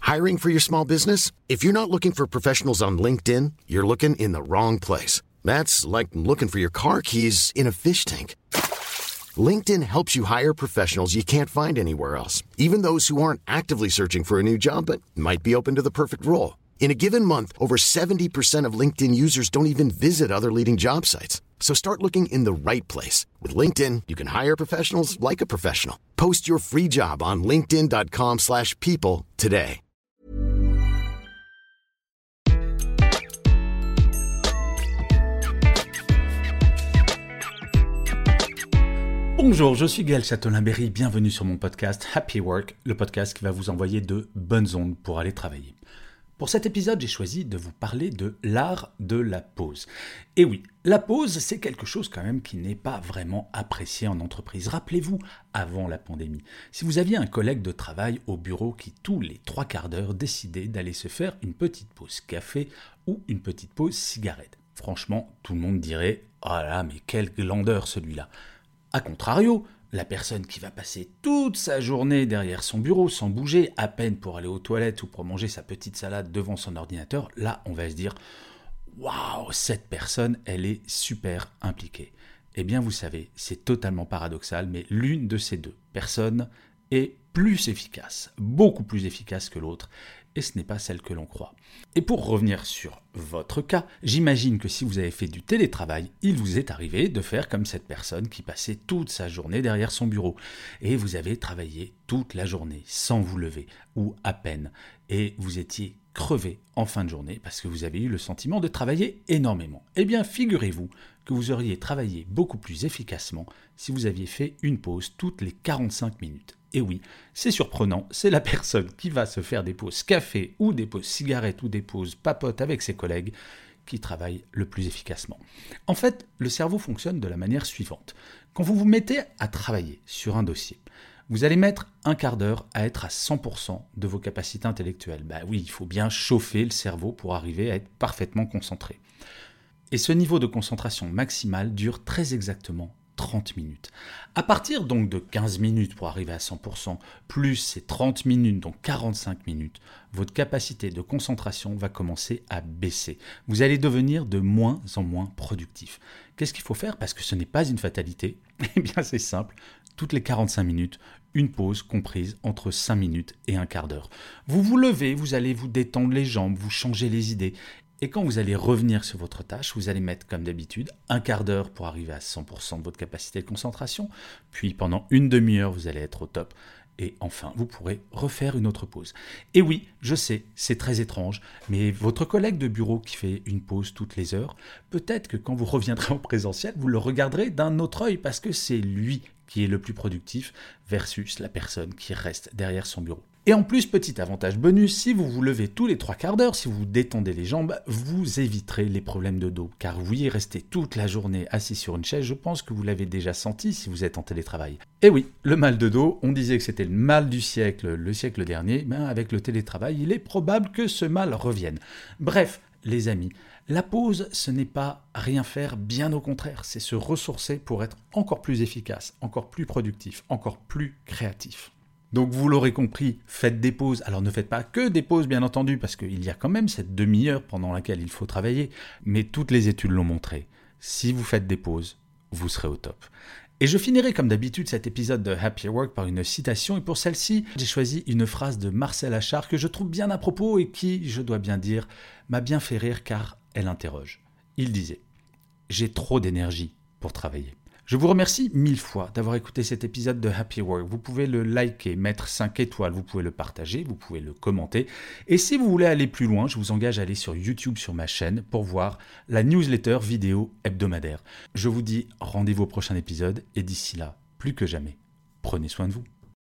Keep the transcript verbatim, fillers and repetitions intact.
Hiring for your small business? If you're not looking for professionals on LinkedIn, you're looking in the wrong place. That's like looking for your car keys in a fish tank. LinkedIn helps you hire professionals you can't find anywhere else, even those who aren't actively searching for a new job but might be open to the perfect role. In a given month, over seventy percent of LinkedIn users don't even visit other leading job sites. So start looking in the right place. With LinkedIn, you can hire professionals like a professional. Post your free job on linkedin.com slash people today. Bonjour, je suis Gaël Châtelain-Berry, bienvenue sur mon podcast Happy Work, le podcast qui va vous envoyer de bonnes ondes pour aller travailler. Pour cet épisode, j'ai choisi de vous parler de l'art de la pause. Et oui, la pause, c'est quelque chose quand même qui n'est pas vraiment apprécié en entreprise. Rappelez-vous, avant la pandémie, si vous aviez un collègue de travail au bureau qui, tous les trois quarts d'heure, décidait d'aller se faire une petite pause café ou une petite pause cigarette, franchement, tout le monde dirait « Oh là, mais quel glandeur celui-là !» A contrario, la personne qui va passer toute sa journée derrière son bureau sans bouger, à peine pour aller aux toilettes ou pour manger sa petite salade devant son ordinateur, là on va se dire « Waouh, cette personne, elle est super impliquée ». Eh bien vous savez, c'est totalement paradoxal, mais l'une de ces deux personnes est plus efficace, beaucoup plus efficace que l'autre, et ce n'est pas celle que l'on croit. Et pour revenir sur votre cas, j'imagine que si vous avez fait du télétravail, il vous est arrivé de faire comme cette personne qui passait toute sa journée derrière son bureau. Et vous avez travaillé toute la journée, sans vous lever, ou à peine. Et vous étiez crevé en fin de journée parce que vous avez eu le sentiment de travailler énormément. Eh bien, figurez-vous que vous auriez travaillé beaucoup plus efficacement si vous aviez fait une pause toutes les quarante-cinq minutes. Et oui, c'est surprenant, c'est la personne qui va se faire des pauses café ou des pauses cigarettes ou des pauses papote avec ses collègues qui travaille le plus efficacement. En fait, le cerveau fonctionne de la manière suivante. Quand vous vous mettez à travailler sur un dossier, vous allez mettre un quart d'heure à être à cent pour cent de vos capacités intellectuelles. Bah oui, il faut bien chauffer le cerveau pour arriver à être parfaitement concentré. Et ce niveau de concentration maximale dure très exactement trente minutes. À partir donc de quinze minutes pour arriver à cent pour cent, plus ces trente minutes, donc quarante-cinq minutes, votre capacité de concentration va commencer à baisser. Vous allez devenir de moins en moins productif. Qu'est-ce qu'il faut faire? Parce que ce n'est pas une fatalité. Eh bien c'est simple, toutes les quarante-cinq minutes, une pause comprise entre cinq minutes et un quart d'heure. Vous vous levez, vous allez vous détendre les jambes, vous changez les idées. Et quand vous allez revenir sur votre tâche, vous allez mettre comme d'habitude un quart d'heure pour arriver à cent pour cent de votre capacité de concentration, puis pendant une demi-heure, vous allez être au top, et enfin, vous pourrez refaire une autre pause. Et oui, je sais, c'est très étrange, mais votre collègue de bureau qui fait une pause toutes les heures, peut-être que quand vous reviendrez en présentiel, vous le regarderez d'un autre œil, parce que c'est lui qui est le plus productif versus la personne qui reste derrière son bureau. Et en plus, petit avantage bonus, si vous vous levez tous les trois quarts d'heure, si vous détendez les jambes, vous éviterez les problèmes de dos. Car vous y restez toute la journée assis sur une chaise, je pense que vous l'avez déjà senti si vous êtes en télétravail. Et oui, le mal de dos, on disait que c'était le mal du siècle, le siècle dernier, mais avec le télétravail, il est probable que ce mal revienne. Bref, les amis, la pause, ce n'est pas rien faire, bien au contraire, c'est se ressourcer pour être encore plus efficace, encore plus productif, encore plus créatif. Donc vous l'aurez compris, faites des pauses. Alors ne faites pas que des pauses bien entendu, parce qu'il y a quand même cette demi-heure pendant laquelle il faut travailler, mais toutes les études l'ont montré. Si vous faites des pauses, vous serez au top. Et je finirai comme d'habitude cet épisode de Happy Work par une citation, et pour celle-ci, j'ai choisi une phrase de Marcel Achard que je trouve bien à propos et qui, je dois bien dire, m'a bien fait rire car elle interroge. Il disait « J'ai trop d'énergie pour travailler ». Je vous remercie mille fois d'avoir écouté cet épisode de Happy Work. Vous pouvez le liker, mettre cinq étoiles, vous pouvez le partager, vous pouvez le commenter. Et si vous voulez aller plus loin, je vous engage à aller sur YouTube sur ma chaîne pour voir la newsletter vidéo hebdomadaire. Je vous dis rendez-vous au prochain épisode et d'ici là, plus que jamais, prenez soin de vous.